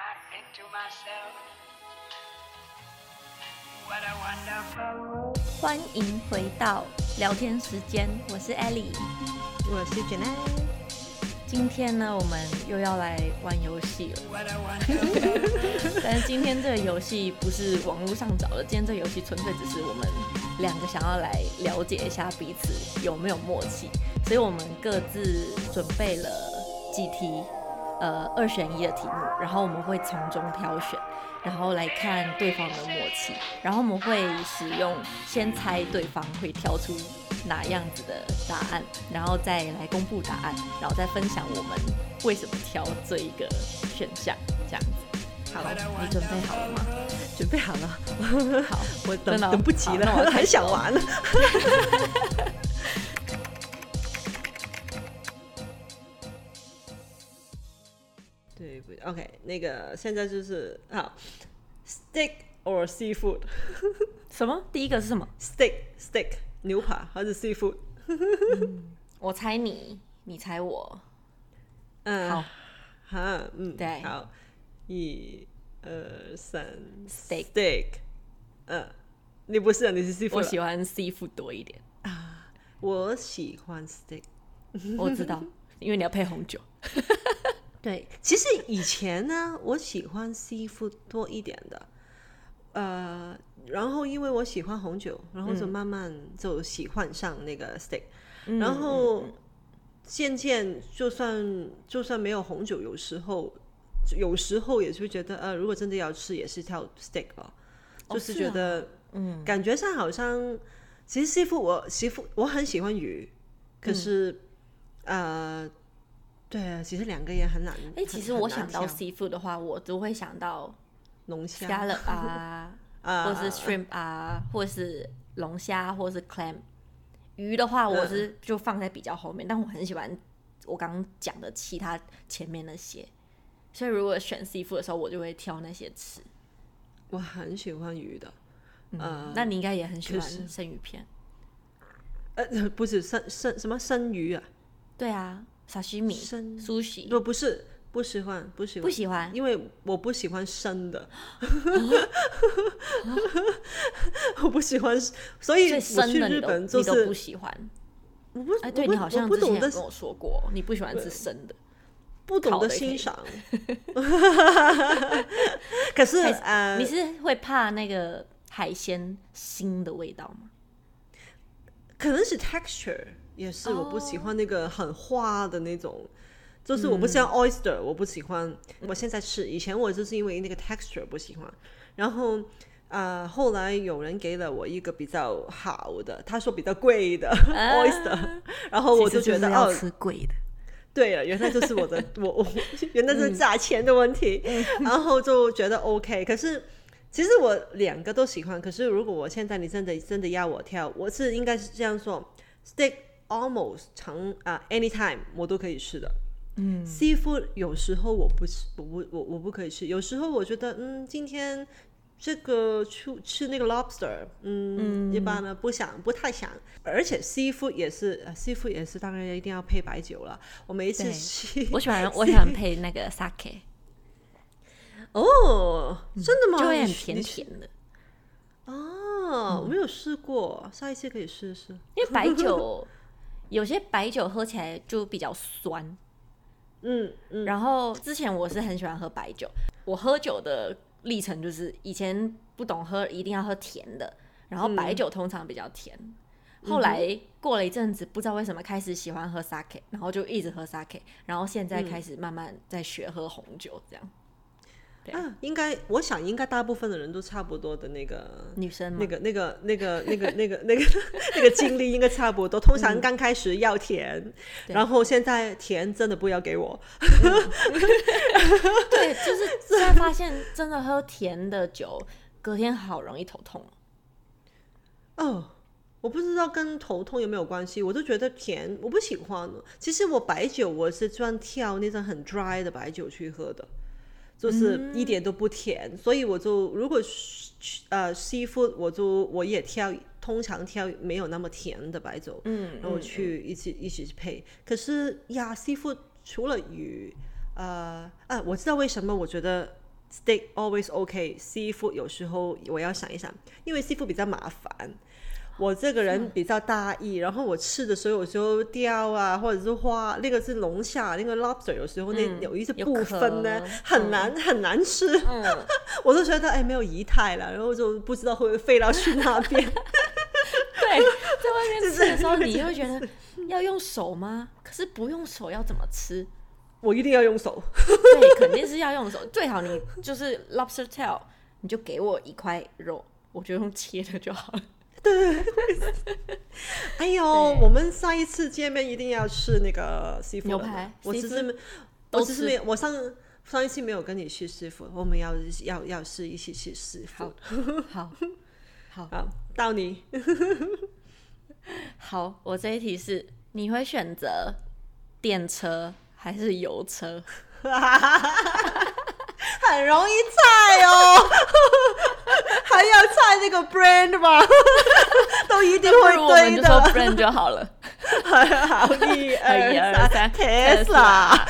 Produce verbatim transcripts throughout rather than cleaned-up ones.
into myself. What a wonderful world. 欢迎回到聊天时间，我是 Ellie， 我是 Janelle。 今天呢，我们又要来玩游戏了。 What a wonderful world. 但是今天这个游戏不是网络上找的，今天这个游戏纯粹只是我们两个想要来了解一下彼此有没有默契，所以我们各自准备了几题，呃，二选一的题目，然后我们会从中挑选，然后来看对方的默契，然后我们会使用先猜对方会挑出哪样子的答案，然后再来公布答案，然后再分享我们为什么挑这一个选项，这样子。好，你准备好了吗？ 准备好了。 好， 我等真的哦等不及了， 好那我很想玩。对不 ？OK， 那个现在就是好 ，steak or seafood？ 什么？第一个是什么？ steak steak 牛排还是 seafood？ 我猜你，你猜我。 嗯， 好， 哈，嗯， 对好，一、二、三 Steak steak， 嗯，你不是啊，你是 seafood 我啊。 喜欢 seafood 多一点。 我喜欢 steak。 我知道，因为你要配红酒。 对，其实以前呢，我喜欢 seafood 多一点的，呃，然后因为我喜欢红酒，然后就慢慢就喜欢上那个 steak，、 嗯然后渐渐就算就算没有红酒，有时候有时候也是会觉得，呃，如果真的要吃，也是挑 steak 了，就是觉得， 嗯， 感觉上好像，其实 seafood 我 seafood 我很喜欢鱼，可是， 嗯、 呃。对啊，其实两个也很难。 哎、欸，其实我想到很难挑 seafood 的话，我都会想到龙虾、 scallop 啊， 啊或是 shrimp 啊，或是龙虾，或是 clam。鱼的话，我是就放在比较后面，嗯、但我很喜欢我刚刚讲的其他前面那些，所以如果选 seafood 的时候，我就会挑那些吃。 我很喜欢鱼的， 嗯、 呃， 那你应该也很喜欢生鱼片。 呃，不是生生什么生鱼啊？ 对啊。沙西米、苏西， 不不是不喜欢，不喜欢， 不喜欢， 因为我不喜欢生的，我不喜欢，所以我去日本就是你都不喜欢。 我不， 哎，对你好像之前有跟我说过，你不喜欢吃生的， 不懂得欣赏。可是呃， 你是会怕那个海鲜腥的味道吗？ 可能是 texture。也是我不喜欢那个很滑的那种， oh. 就是我不喜欢 oyster，、嗯、我不喜欢。我现在吃，以前我就是因为那个 texture 不喜欢，然后呃，后来有人给了我一个比较好的，他说比较贵的、啊、oyster， 然后我就觉得要吃贵的、 哦，对了，原来就是我的我我原来是价钱的问题，嗯、然后就觉得 OK。可是其实我两个都喜欢，可是如果我现在你真的真的要我挑，我是应该是这样说 ，steak。almost 常啊、uh, anytime 我都可以吃的，嗯 ，seafood 有时候我不吃，我不我我不可以吃，有时候我觉得嗯今天这个吃吃那个 lobster， 嗯，嗯一般呢不想不太想，而且 seafood 也是、uh, seafood 也是当然一定要配白酒了，我每一次吃， 我喜欢我喜欢配那个 sake， 哦，真的吗？ 就会很甜甜的。 哦、嗯，我没有试过，下一次可以试试， 因为白酒。有些白酒喝起来就比较酸， 嗯嗯， 然后之前我是很喜欢喝白酒，我喝酒的历程就是以前不懂喝，一定要喝甜的，然后白酒通常比较甜，嗯、后来过了一阵子，不知道为什么开始喜欢喝 sake， 然后就一直喝 sake， 然后现在开始慢慢在学喝红酒这样。 啊，应该，我想应该大部分的人都差不多的那个女生吗？ 那个、那个、那个、那个、那个、那个、那个经历应该差不多。通常刚开始要甜，嗯、然后现在甜真的不要给我。嗯、 对，就是现在发现真的喝甜的酒，隔天好容易头痛。 哦，我不知道跟头痛有没有关系，我都觉得甜我不喜欢。其实我白酒我是专挑那种很 dry 的白酒去喝的。就是一点都不甜，嗯、所以我就如果呃 seafood 我就我也挑，通常挑没有那么甜的白酒，嗯，然后去一起、嗯、一起配。可是呀 ，seafood 除了鱼，呃啊，我知道为什么我觉得 steak always OK， seafood 有时候我要想一想，因为 seafood 比较麻烦。我这个人比较大意，然后我吃的时候有时候钓啊，或者是花那个是龙虾，那个 lobster 有时候那、 嗯、 有一些部分呢有很难、嗯、很难吃， 嗯、 我都觉得哎没有仪态了，然后就不知道会不会飞到去那边。 对，在外面吃的时候，你会觉得要用手吗？可是不用手要怎么吃？ 我一定要用手。 对，肯定是要用手，最好你就是 lobster tail， 你就给我一块肉，我就用切的就好了。 对对对，哎呦，我们上一次见面一定要吃那个西服牛排， 我只是我只是没有，我上上一次没有跟你去师傅，我们要要要是一起去师傅。 好，好， 好，到你。 好，我这一题是：你会选择电车还是油车？ 很容易猜哦，还要猜那个 brand 吧，都一定会对的。 我们就说 brand 就好了。 好，一二三 ，Tesla。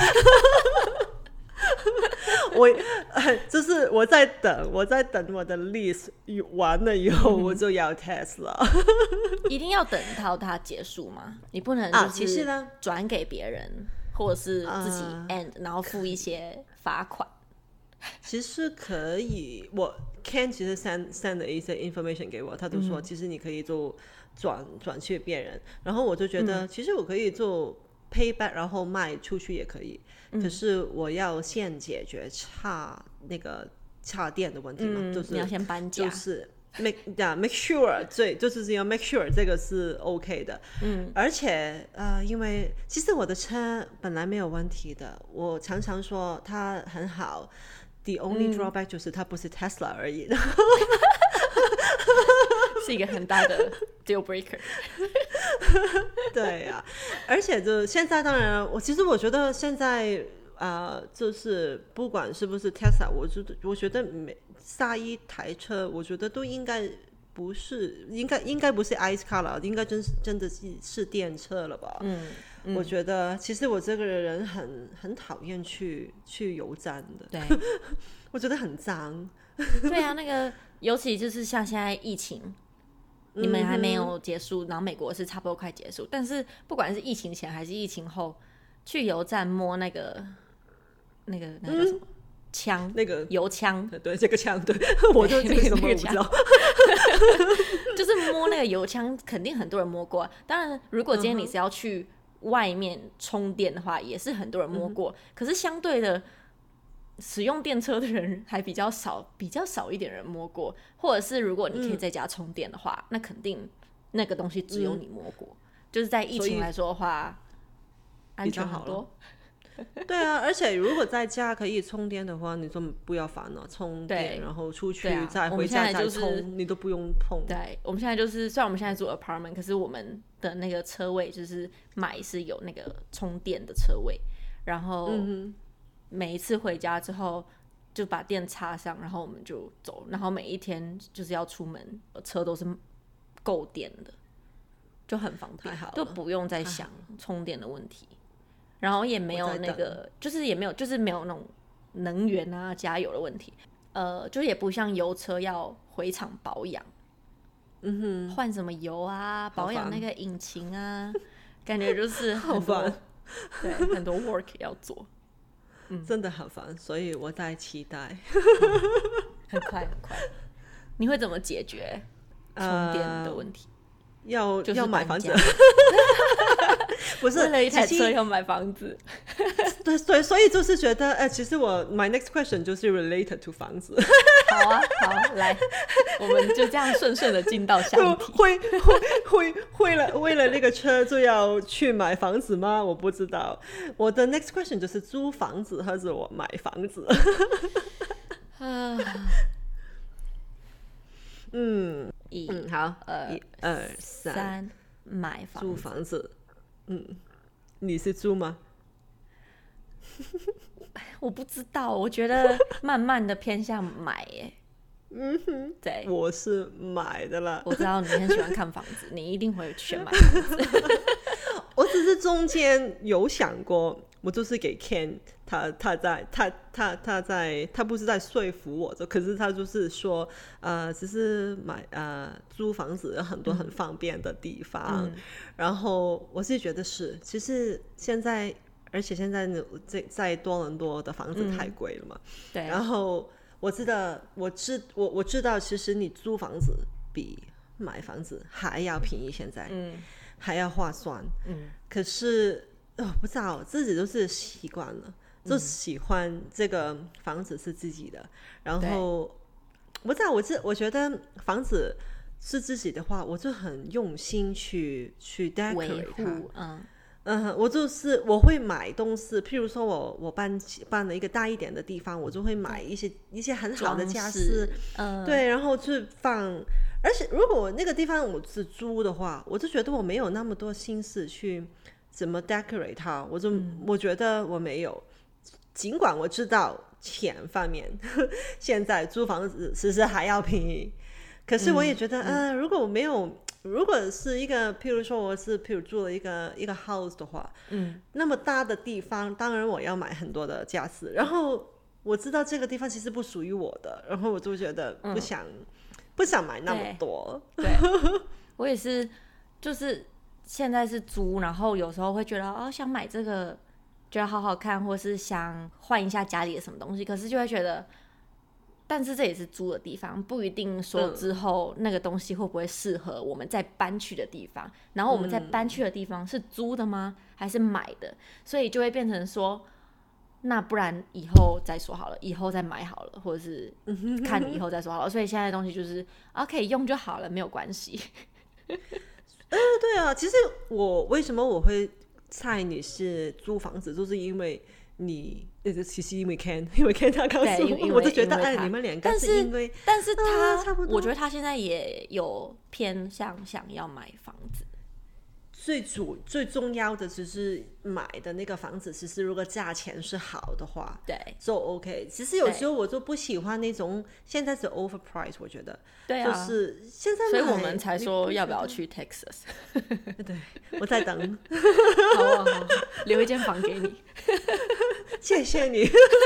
我就是我在等，我在等我的 list 完了以后，我就要 Tesla。 一定要等到它结束吗？你不能就是转给别人，或者是自己 end， 然后付一些罚款。 其实可以，我 Ken 其实 send send 了一些 information 给我，他就说其实你可以做转转去别人，然后我就觉得、嗯、其实我可以做 payback， 然后卖出去也可以，嗯、可是我要先解决差那个差电的问题嘛，嗯、就是你要先搬家， 就是 make yeah, make sure 对，就是要 make sure 这个是 OK 的，嗯，而且呃，因为其实我的车本来没有问题的，我常常说它很好。The only drawback、嗯、就是它不是 Tesla 而已， 是一个很大的 deal breaker。 对啊，而且就现在当然，我其实我觉得现在啊、呃，就是不管是不是 Tesla， 我觉得我觉得每下一台车，我觉得都应该不是，应该应该不是 ice car 了，应该真是真的是是电车了吧？嗯。嗯、我觉得其实我这个人很很讨厌去去油站的， 对， 我觉得很脏。 对啊，那个尤其就是像现在疫情，你们还没有结束，然后美国是差不多快结束，但是不管是疫情前还是疫情后，去油站摸那个那个那个叫什么枪、嗯，那个油枪， 对，这个枪，对，我就这个什么我不知道， 就是摸那个油枪，肯定很多人摸过、啊。当然，如果今天你是要去外面充电的话，也是很多人摸过、嗯、可是相对的使用电车的人还比较少，比较少一点人摸过，或者是如果你可以在家充电的话、嗯、那肯定那个东西只有你摸过、嗯、就是在疫情来说的话安全很多。 对啊，而且如果在家可以充电的话，你就不要烦了，充电然后出去、啊、再回家再充、就是、你都不用碰。 对，我们现在就是虽然我们现在住 apartment， 可是我们的那个车位就是买是有那个充电的车位，然后每一次回家之后就把电插上，然后我们就走，然后每一天就是要出门车都是够电的，就很方便，就不用再想充电的问题，然后也没有那个就是也没有就是没有那种能源啊加油的问题，呃，就也不像油车要回厂保养，嗯哼，换什么油啊，保养那个引擎啊，感觉就是很多，好烦，对，很多 work 要做， 嗯，真的很烦，所以我在期待， 很快很快。你会怎么解决充电的问题？ 呃、要、就是、要买房子。不是为了一台车要买房子， 对，所以所以就是觉得，哎、呃，其实我 my next question 就是 related to 房子。 好啊，好，来，我们就这样顺顺的进到下一题。 会会会为了为了那个车就要去买房子吗？我不知道。我的 next question 就是租房子还是我买房子？啊，嗯， 一嗯好， 二一二三， 三买房子租房子。嗯，你是租吗？ 我不知道，我觉得慢慢的偏向买耶。嗯哼，对， 我是买的啦。 我知道你很喜欢看房子，你一定会选买房子。 我只是中间有想过， 我就是给 Ken， 他他在他他他在他不是在说服我，可是他就是说，呃，只是买呃租房子有很多很方便的地方，嗯、然后我是觉得是，其实现在，而且现在在在多伦多的房子太贵了嘛，嗯、 对， 然后我知道我知我我知道，其实你租房子比买房子还要便宜，现在，嗯，还要划算，嗯，可是。哦，不知道，自己都是习惯了，就喜欢这个房子是自己的。嗯、然后不知道，我这我觉得房子是自己的话，我就很用心去去 decorate 它。嗯嗯，我就是我会买东西，譬如说我我搬搬了一个大一点的地方，我就会买一些一些很好的家私，嗯，对，然后去放。而且如果那个地方我是租的话，我就觉得我没有那么多心思去。怎么 decorate 它？我就、嗯、我觉得我没有，尽管我知道钱方面现在租房子其实还要便宜，可是我也觉得，嗯、呃，如果我没有，如果是一个，譬如说我是譬如住了一个一个 house 的话，嗯，那么大的地方，当然我要买很多的家私，然后我知道这个地方其实不属于我的，然后我就觉得不想、嗯、不想买那么多。 对，对我也是，就是。现在是租，然后有时候会觉得哦，想买这个，觉得好好看，或是想换一下家里的什么东西，可是就会觉得，但是这也是租的地方，不一定说之后那个东西会不会适合我们再搬去的地方，然后我们再搬去的地方是租的吗，还是买的？所以就会变成说，那不然以后再说好了，以后再买好了，或者是看以后再说好了。所以现在的东西就是啊，可以用就好了，没有关系。 呃，对啊，其实我为什么我会猜你是租房子，就是因为你，其实因为 Ken， 因为 Ken 他告诉我，我就觉得哎，你们两个是因为， 但是他、 啊、差不多， 我觉得他现在也有偏向想要买房子。 最主最重要的就是买的那个房子，其实如果价钱是好的话， 对， 就 OK。其实有时候我就不喜欢那种现在是 overprice， 我觉得， 对啊，就是现在买， 所以我们才说要不要去 Texas。 对，我在等。 好啊，好啊，留一间房给你。 谢谢你。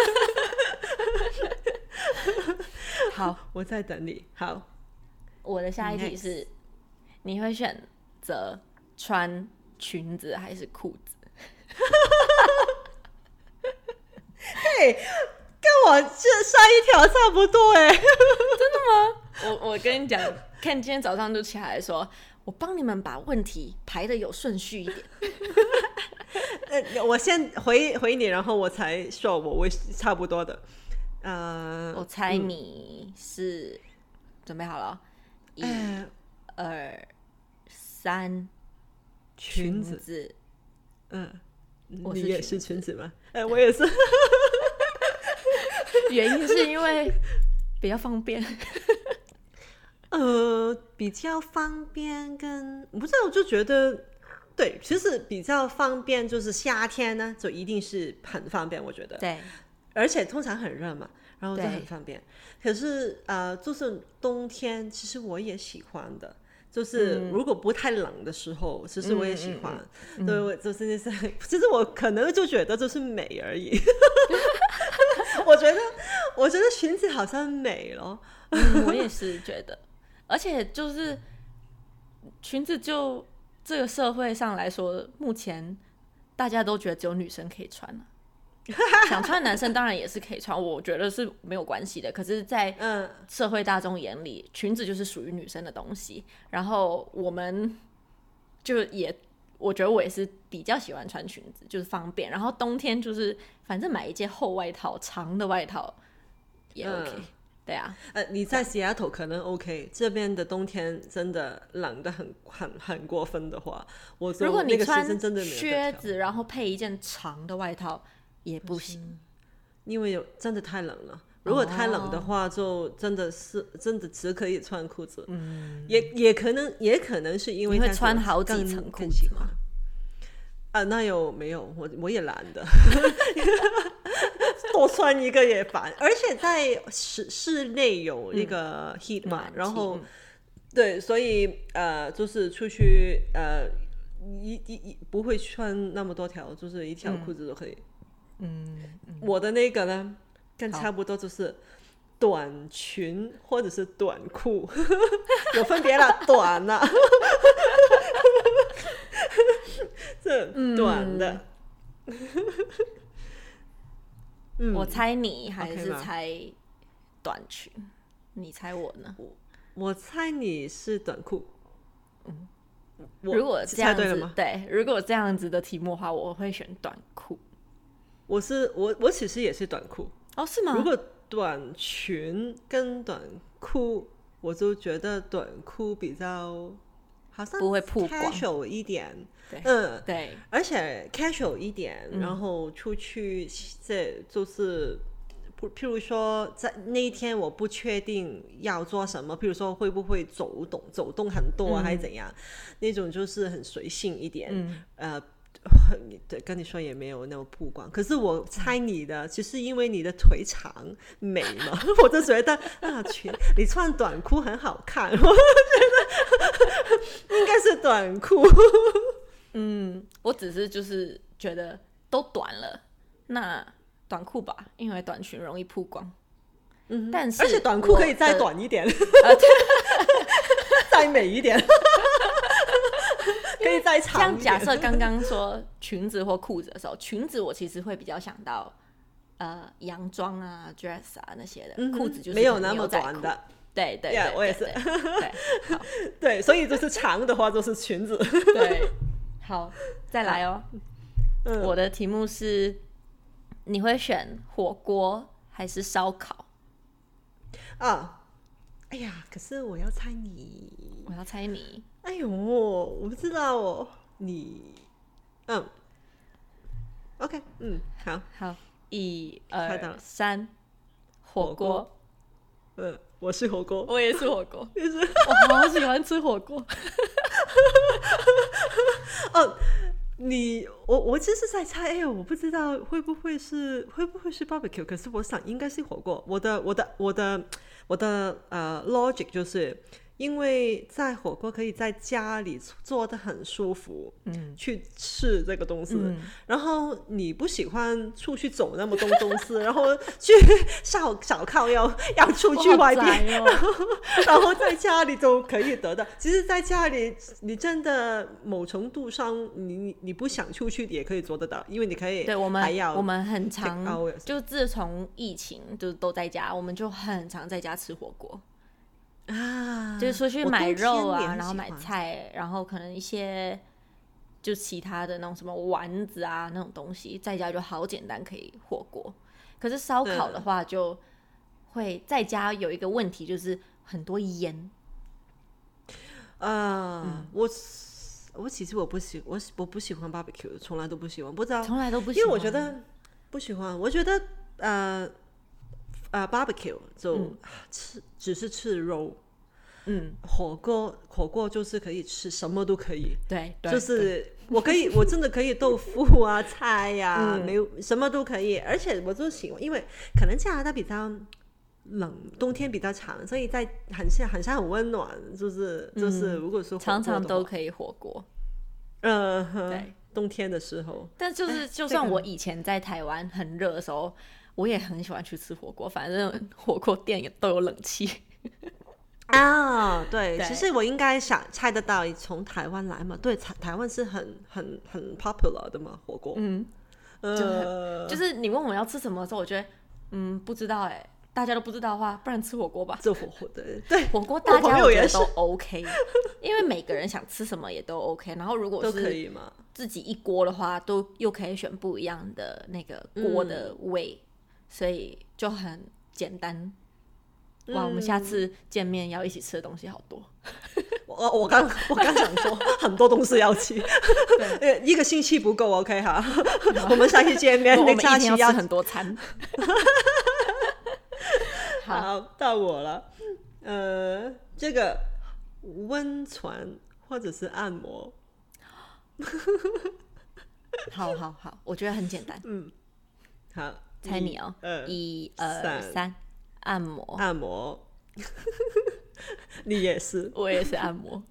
好， 我在等你。好， 我的下一题是：你会选择穿裙子还是裤子？ 嘿，跟我这上一条差不多哎。真的吗？我我跟你讲，看今天早上就起来说，我帮你们把问题排的有顺序一点。 呃，我先回回你，然后我才说我会差不多的。呃， 我猜你是、嗯、准备好了，一、呃、二、三。 裙子，裙子嗯，你也是裙子吗？哎、欸，我也是。 原因是因为比较方便。 呃，比较方便跟不知道，我就觉得对，其实比较方便就是夏天呢，就一定是很方便，我觉得。 对， 而且通常很热嘛，然后就很方便。可是呃，就是冬天，其实我也喜欢的。就是如果不太冷的时候，嗯、其实我也喜欢。嗯嗯嗯、对，我就是那些，其实我可能就觉得就是美而已。我觉得，我觉得裙子好像美了。 嗯、我也是觉得，而且就是裙子就这个社会上来说，目前大家都觉得只有女生可以穿了、啊。想穿的男生当然也是可以穿，我觉得是没有关系的。可是，在社会大众眼里，裙子就是属于女生的东西。然后我们就也，我觉得我也是比较喜欢穿裙子，就是方便。然后冬天就是反正买一件厚外套、长的外套也 OK、嗯。对啊， 呃，你在西雅图可能 OK， 这边的冬天真的冷的很很很过分的话，我说如果你穿靴子，然后配一件长的外套。也不行， 因为有真的太冷了。如果太冷的话，就真的是真的只可以穿裤子。嗯，也也可能也可能是因为你会穿好几层裤子吗？ 啊，那有没有？我我也懒得，多穿一个也烦。而且在室室内有那个 heat 嘛，嗯、然后、嗯、对，所以呃，就是出去呃。 一一一不会穿那么多条，就是一条裤子都可以。 嗯，嗯我的那个呢，跟差不多就是短裙或者是短裤，有分别了，短了，这短的。嗯， 我猜你还 OK 是吗猜短裙？你猜我呢？ 我猜你是短裤。嗯，我如果这样子猜对了吗？ 对，如果这样子的题目的话，我会选短裤。 我是我我其实也是短裤。 哦，是吗？ 如果短裙跟短裤，我就觉得短裤比较好像不会曝光 casual 一点。 对， 嗯， 对， 而且 casual 一点， 嗯然后出去这就是。譬如说，在那一天我不确定要做什么，譬如说会不会走动走动很多、啊嗯还是怎样，那种就是很随性一点。 嗯呃，对，跟你说也没有那么曝光。可是我猜你的，其实因为你的腿长美嘛，我就觉得啊，裙你穿短裤很好看，我觉得应该是短裤。 嗯，我只是就是觉得都短了，那短裤吧，因为短裙容易曝光。嗯，但是而且短裤可以再我的短一点，再美一点，可以再长像一点。 假设刚刚说裙子或裤子的时候，裙子我其实会比较想到呃洋装啊、dress 啊那些的， 嗯哼裤子就是没有那么可能牛仔裤。 短的。 对对 Yeah， 对， 我也是对对好对，所以就是长的话就是裙子。 对，好，再来哦。 嗯我的题目是：你会选火锅还是烧烤？ 啊，哎呀，可是我要猜你。 我要猜你。 哎呦，我不知道哦，你，嗯，OK，嗯，好， 好，一二猜到了三，火火锅锅。嗯，我是火锅， 我也是火锅， 也是。 我好喜欢吃火锅。 哦，你我我就是在猜，哎呦，我不知道会不会是会不会是 barbecue， 可是我想应该是火锅。我的我的我的我的呃 logic 就是因为在火锅可以在家里做的很舒服， 嗯去吃这个东西， 嗯然后你不喜欢出去走那么多东西，然后去烧烧烤要要出去外边， 我好宅哦然后在家里都可以得到。其实，在家里你真的某程度上，你你你不想出去也可以做得到，因为你可以对我们还要我们很 take 常 hours 就自从疫情就都在家，我们就很常在家吃火锅。 啊， 就是出去我买冬天肉啊， 也很然后买喜欢菜，然后可能一些就其他的那种什么丸子啊那种东西，在家就好简单可以火锅。可是烧烤的话，就会在家有一个问题，就是很多烟。 啊、 嗯我我其实我不喜我我不喜欢 barbecue， 从来都不喜欢，不知道从来都不喜欢， 因为我觉得不喜欢，我觉得呃呃 barbecue 就、 嗯吃只是吃肉， 嗯， 火锅火锅就是可以吃什么都可以， 对，对就是我可以我真的可以豆腐啊菜呀、啊， 嗯没有什么都可以，而且我就喜欢，因为可能加拿大比较冷，冬天比较长，所以在很像很像很温暖，就是就是如果说火锅常常的话都可以火锅。 嗯哼对， 冬天的时候， 但就是就这个算我以前在台湾很热的时候，我也很喜欢去吃火锅，反正火锅店也都有冷气。 啊，对， 对其实我应该想猜得到，从台湾来嘛，对，台台湾是很很很 popular 的嘛，火锅， 嗯， 呃， 就是你问我要吃什么的时候，我觉得嗯不知道哎、大家都不知道的话，不然吃火锅吧。 做火锅的，对， 火锅我大朋友也是家我觉得都 OK，因为每个人想吃什么也都 OK。然后如果都可是以嘛， 自己一锅的话，都又可以选不一样的那个锅的味，所以就很简单。哇，我们下次见面要一起吃的东西好多。 我我刚我刚想说很多东西要吃， 对， 一个星期不够 OK 哈，我们下期见面， 我那们一天假期要吃很多餐。好， 好，到我了，呃，这个温泉或者是按摩， 好，好，好，我觉得很简单。 好， 猜你哦， 二一二三三，按摩。 按摩，你也是， 我也是按摩。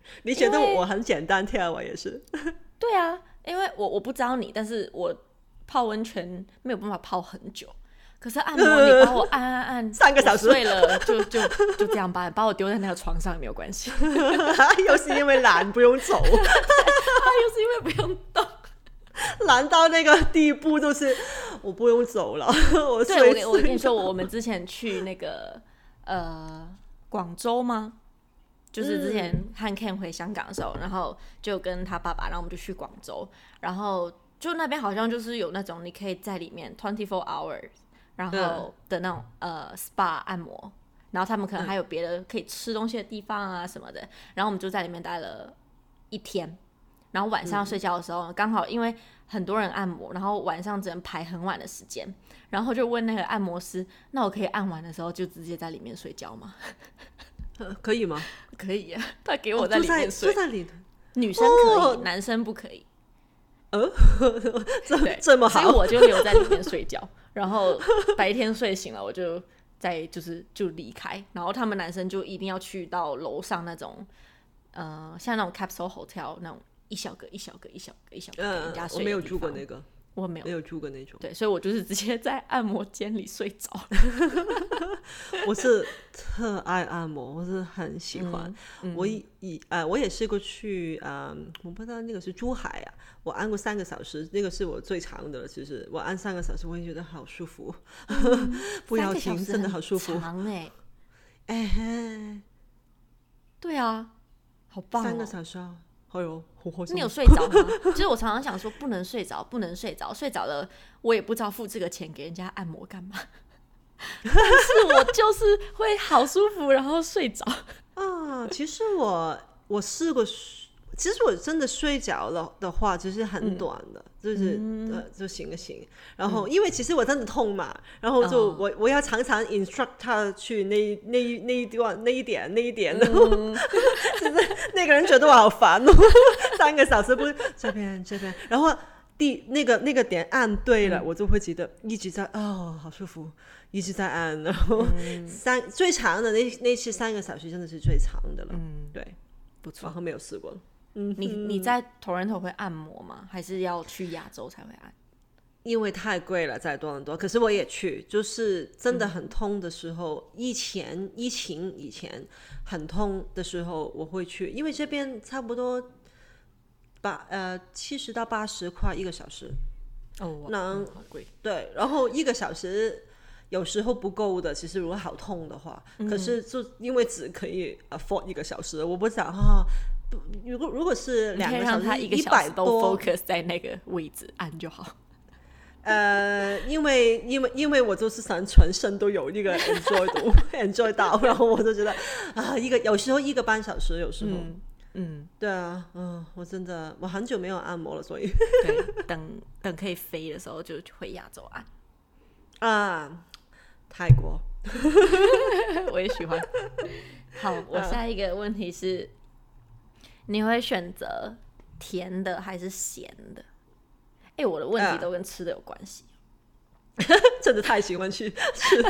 你觉得因为我很简单跳，我也是。 对啊，因为我我不知道你，但是我泡温泉没有办法泡很久。可是按摩，你把我按按按三个小时我睡了就就就这样吧，把我丢在那个床上也没有关系。 又是因为懒不用走， 他又是因为不用动。 懒到那个地步，就是我不用走了，我睡对，我跟我跟你说，我们之前去那个呃广州吗？就是之前和 Ken 回香港的时候，然后就跟他爸爸，然后我们就去广州，然后就那边好像就是有那种你可以在里面 twenty four hours， 然后的那种、呃 S P A 按摩，然后他们可能还有别的可以吃东西的地方啊什么的，然后我们就在里面待了一天。然后晚上睡觉的时候，刚、嗯、好因为很多人按摩，然后晚上只能排很晚的时间，然后就问那个按摩师：“那我可以按完的时候就直接在里面睡觉吗？” 呃、可以吗？ 可以啊，他给我在里面睡。 哦、住在里头， 女生可以， 哦、 男生不可以。 呃，这这么好， 所以我就留在里面睡觉，然后白天睡醒了，我就再就是就离开。然后他们男生就一定要去到楼上那种，呃，像那种 capsule hotel 那种。一小个一小个一小个一小个给人家睡的地方、 嗯、我没有住过那个， 我没有没有住过那种。 对，所以我就是直接在按摩间里睡着。 我是特爱按摩，我是很喜欢。嗯嗯、我以呃我也试过去，嗯，我不知道那个是珠海啊，我按过三个小时，那个是我最长的了。其实我按三个小时，我也觉得好舒服，嗯、不要停，真的好舒服。 长哎、 欸，哎， 对啊，好棒、哦！ 三个小时啊。哎呦， 你有睡着吗？就是我常常想说不能睡着，不能睡着，睡着了我也不知道付这个钱给人家按摩干嘛。但是我就是会好舒服，然后睡着啊。其实我我试过，其实我真的睡着了的话，就是很短的，嗯、就是、嗯、呃就醒一醒。然后、嗯、因为其实我真的痛嘛，然后就、哦、我我要常常 instruct 他去那那那一段那一点那一点，然后、嗯、就是那个人觉得我好烦哦，三个小时不是这边这边，然后第那个那个点按对了，嗯、我就会觉得一直在哦好舒服，一直在按，然后三、嗯、最长的那那次三个小时真的是最长的了，嗯，对， 不错， 然后没有试过。 你你在 Toronto 会按摩吗？还是要去亚洲才会按？ 因为太贵了，在多伦多。可是我也去，就是真的很痛的时候，嗯、以前疫情以前很痛的时候我会去，因为这边差不多八呃七十到八十块一个小时。 哦， 能、 嗯、好贵。 对，然后一个小时有时候不够的，其实如果好痛的话，嗯、可是就因为只可以 afford 一个小时，我不想啊。如果如果是两个小时， 让他一个小时都 focus 在那个位置按就好。 呃，因为因为因为我就是想全身都有一个 enjoy 到enjoy 到，然后我就觉得啊，一个有时候一个半小时，有时候，嗯，嗯对啊，嗯，我真的我很久没有按摩了，所以对，等等可以飞的时候就回亚洲按啊，泰国， 我也喜欢。好，我下一个问题是。你会选择甜的还是咸的？哎、欸，我的问题都跟吃的有关系， 啊、真的太喜欢去吃。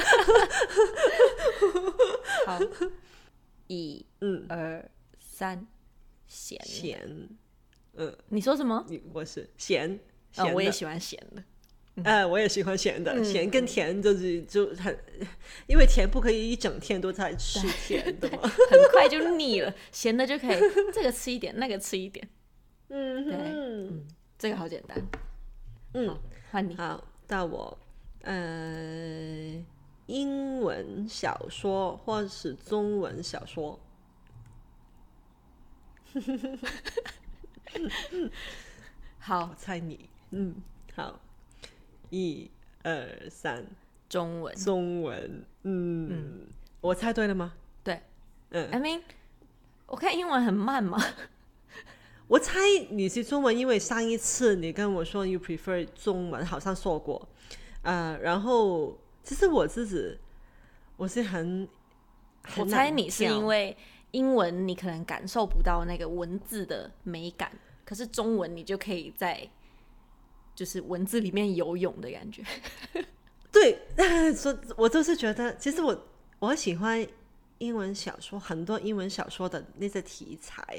好，一、嗯、二、三，咸咸。嗯， 你说什么？ 你我是咸，咸哦，我也喜欢咸的。 呃，我也喜欢咸的， 嗯、 咸跟甜就是就很，因为甜不可以一整天都在吃甜的嘛， 很快就腻了。咸的就可以这个吃一点，那个吃一点。 嗯， 对，嗯，这个好简单。嗯，换你。 好，到我。呃，英文小说或是中文小说。 好， 我猜你。嗯，好。一二三， 中文， 中文，嗯，嗯我猜对了吗？ 对， 嗯 ，I mean， 我看英文很慢嘛。 我猜你是中文，因为上一次你跟我说 you prefer 中文，好像说过，呃，然后其实我自己我是很，很我猜你是因为英文你可能感受不到那个文字的美感，可是中文你就可以在。就是文字里面游泳的感觉。 对，我就是觉得其实我我喜欢英文小说，很多英文小说的那些题材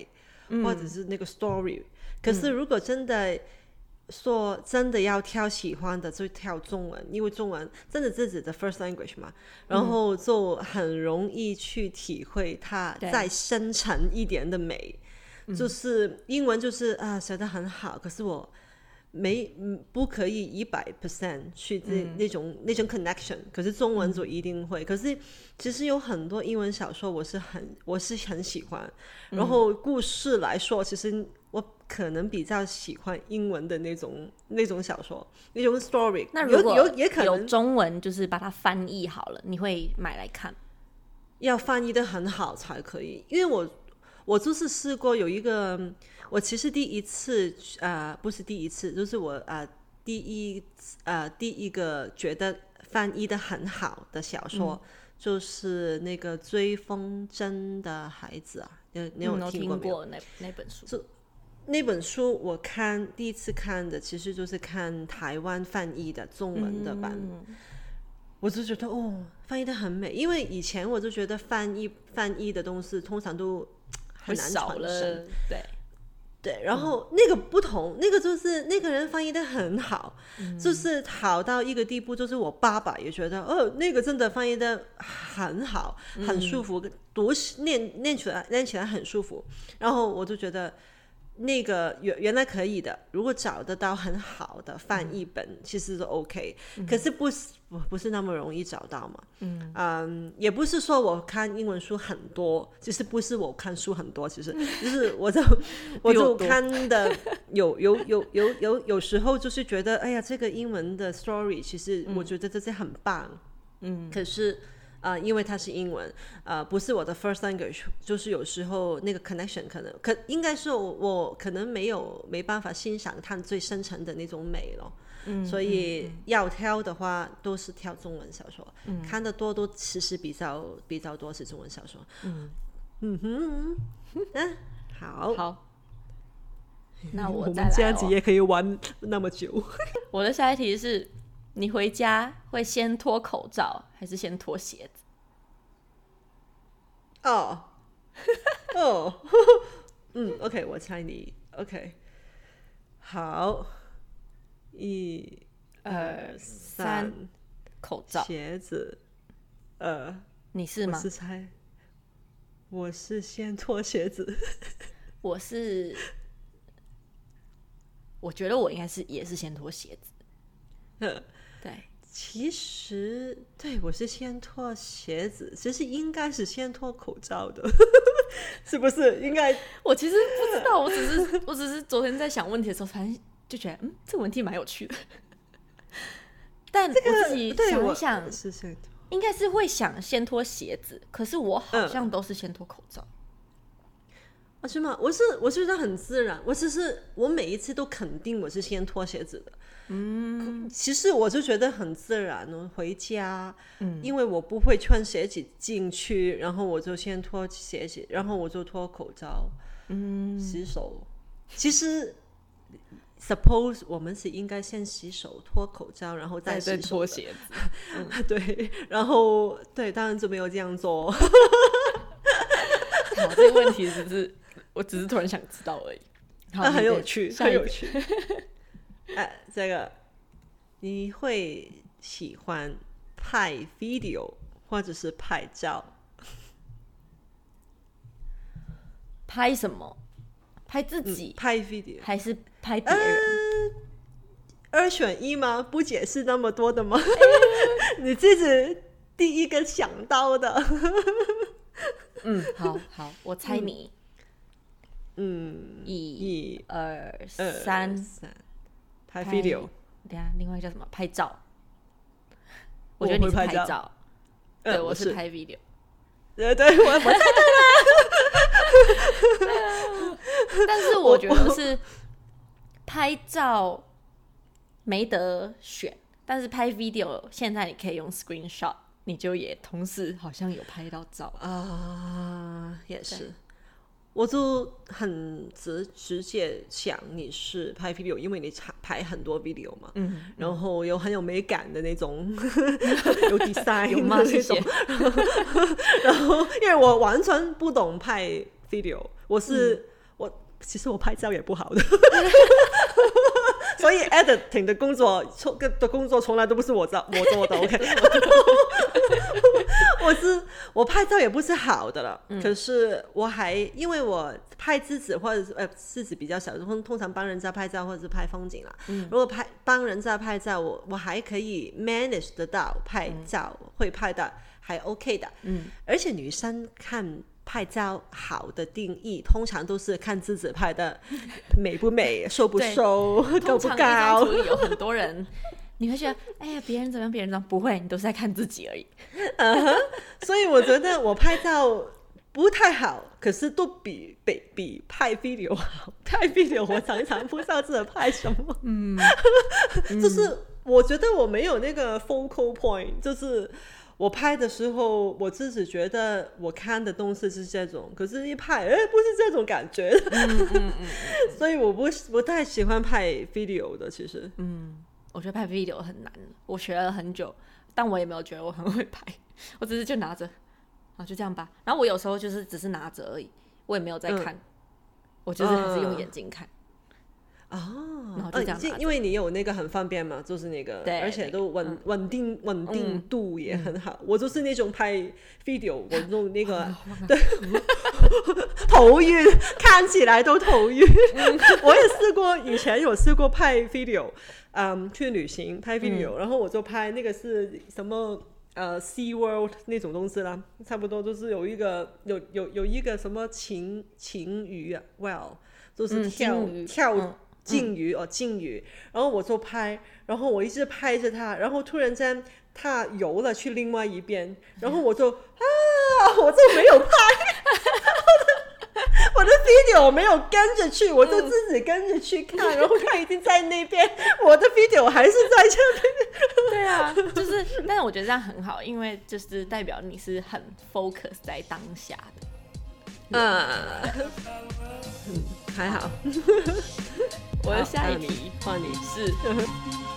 嗯、或者是那个 story。可是如果真的说真的要挑喜欢的，就挑中文，因为中文真的自己的 first language 嘛，然后就很容易去体会它再深沉一点的美。就是英文就是啊写得很好，可是我没不可以一百 percent 去那、嗯、那种那种 connection， 可是中文就一定会、嗯、可是其实有很多英文小说我是很我是很喜欢、嗯、然后故事来说其实我可能比较喜欢英文的那种那种小说那种 story。 那如果有, 有, 也可能有中文就是把它翻译好了，你会买来看？ 要翻译的很好才可以，因为我我就是试过有一个，我其实第一次呃不是第一次，就是我呃第一呃第一个觉得翻译的很好的小说、嗯、就是那个追风筝的孩子啊，你你有听过没有？ 嗯、那, 那本书就那本书我看第一次看的其实就是看台湾翻译的中文的版、嗯、我就觉得哦翻译的很美，因为以前我就觉得翻译翻译的东西通常都很难传承， 对对，然后那个不同、嗯、那个就是那个人翻译的很好、嗯、就是好到一个地步，就是我爸爸也觉得哦那个真的翻译的很好，很舒服、嗯、读念念起来念起来很舒服，然后我就觉得那个原来可以的，如果找得到很好的翻译本、嗯、其实是 OK、嗯、可是不是不是那么容易找到嘛。嗯嗯，也不是说我看英文书很多，其实不是我看书很多，其实就是我就我就看的有有有有有有时候就是觉得哎呀这个英文的 story 其实我觉得这些很棒，嗯，可是呃，因为它是英文，呃，不是我的 first language， 就是有时候那个 connection 可能可应该是 我, 我可能没有没办法欣赏它最深层的那种美了，嗯，所以要挑的话都是挑中文小说，嗯，看得多都其实比较比较多是中文小说，嗯嗯哼，嗯，好， 好，那我再来、哦、 我们这样子也可以玩那么久。 我的下一题是。你回家会先脱口罩还是先脱鞋子？ 哦哦，嗯 ，OK， 我猜你 OK， 好，一二三， 口罩， 鞋子，呃， 你是吗？ 我是猜，我是先脱鞋子， 我是，我觉得我应该是也是先脱鞋子。对， 其实对我是先脱鞋子，其实应该是先脱口罩的，是不是？应该我其实不知道，我只是我只是昨天在想问题的时候，才就觉得嗯，这个问题蛮有趣的。但我自己想一想， 是先脱， 应该是会想先脱鞋子，可是我好像都是先脱口罩。 啊，是吗？我是我是觉得很自然，我只是我每一次都肯定我是先脱鞋子的。嗯，其实我就觉得很自然哦。回家，嗯，因为我不会穿鞋子进去，然后我就先脱鞋子，然后我就脱口罩，嗯，洗手。其实 ，suppose 我们是应该先洗手、脱口罩，然后再洗手再脱鞋子。 嗯、对，然后对，当然就没有这样做。 好，这个问题只是我只是突然想知道而已。好， 啊、很有趣，很有趣。哎，这个你会喜欢拍 video 或者是拍照？ 拍什么？拍自己？ 嗯、拍 video 还是拍别人？ 呃、二选一吗？不解释那么多的吗？你自己第一个想到的。 嗯，好好，我猜你。 嗯， 一、二、三， 拍 video。 等下，另外叫什么？拍照。我觉得你是拍照。照对、嗯，我是拍 video。 对对，我我猜对了。但是我觉得是拍照没得选，但是拍 video 现在你可以用 screenshot， 你就也同时好像有拍到照啊，也是。我就很直直接想你是拍 video， 因为你拍很多 video 嘛，嗯，然后有很有美感的那种，有 design 有吗？谢谢。 然后因为我完全不懂拍 video， 我是、嗯、我其实我拍照也不好的所以 editing 的工作的工作从来都不是我做我做的 OK 我是我拍照也不是好的了、嗯、可是我还因为我拍自己或者是呃自己比较小，通常帮人家拍照或者是拍风景啦、嗯、如果拍帮人家拍照我我还可以 manage 得到拍照、嗯、会拍的还 OK 的、嗯、而且女生看拍照好的定义通常都是看自己拍的美不美瘦不瘦高不高。通常一张图里有很多人你会觉得哎呀别人怎么样别人怎么样，不会，你都是在看自己而已、 uh-huh, 所以我觉得我拍照不太好，可是都比比比拍 video 好。拍 video 我常常不知道自己拍什么嗯就是我觉得我没有那个 focal point， 就是我拍的时候我自己觉得我看的东西是这种，可是一拍哎不是这种感觉嗯嗯嗯嗯所以我不不太喜欢拍 video 的。其实嗯我觉得拍 video 很难，我学了很久，但我也没有觉得我很会拍，我只是就拿着啊就这样吧，然后我有时候就是只是拿着而已，我也没有在看、嗯、我就是还是用眼睛看哦， 然后就这样拿着、 呃、因为你有那个很方便嘛，就是那个而且都稳、嗯、稳定稳定度也很好、嗯、我就是那种拍 video 我用那个对头晕，看起来都头晕、嗯、我也试过，以前有试过拍 video、嗯、去旅行拍 video、嗯、然后我就拍那个是什么呃 Sea World 那种东西啦，差不多就是有一个有有有一个什么鲸鲸鱼啊 well 就是跳、嗯、跳、嗯鲸鱼、嗯、哦鲸鱼，然后我就拍，然后我一直拍着它，然后突然间它游了去另外一边，然后我就啊我就没有拍我的 video 没有跟着去，我就自己跟着去看、嗯、然后它已经在那边我的 video 还是在这边对啊就是但是我觉得这样很好，因为就是代表你是很 focus 在当下的嗯嗯还好我的下一题换你是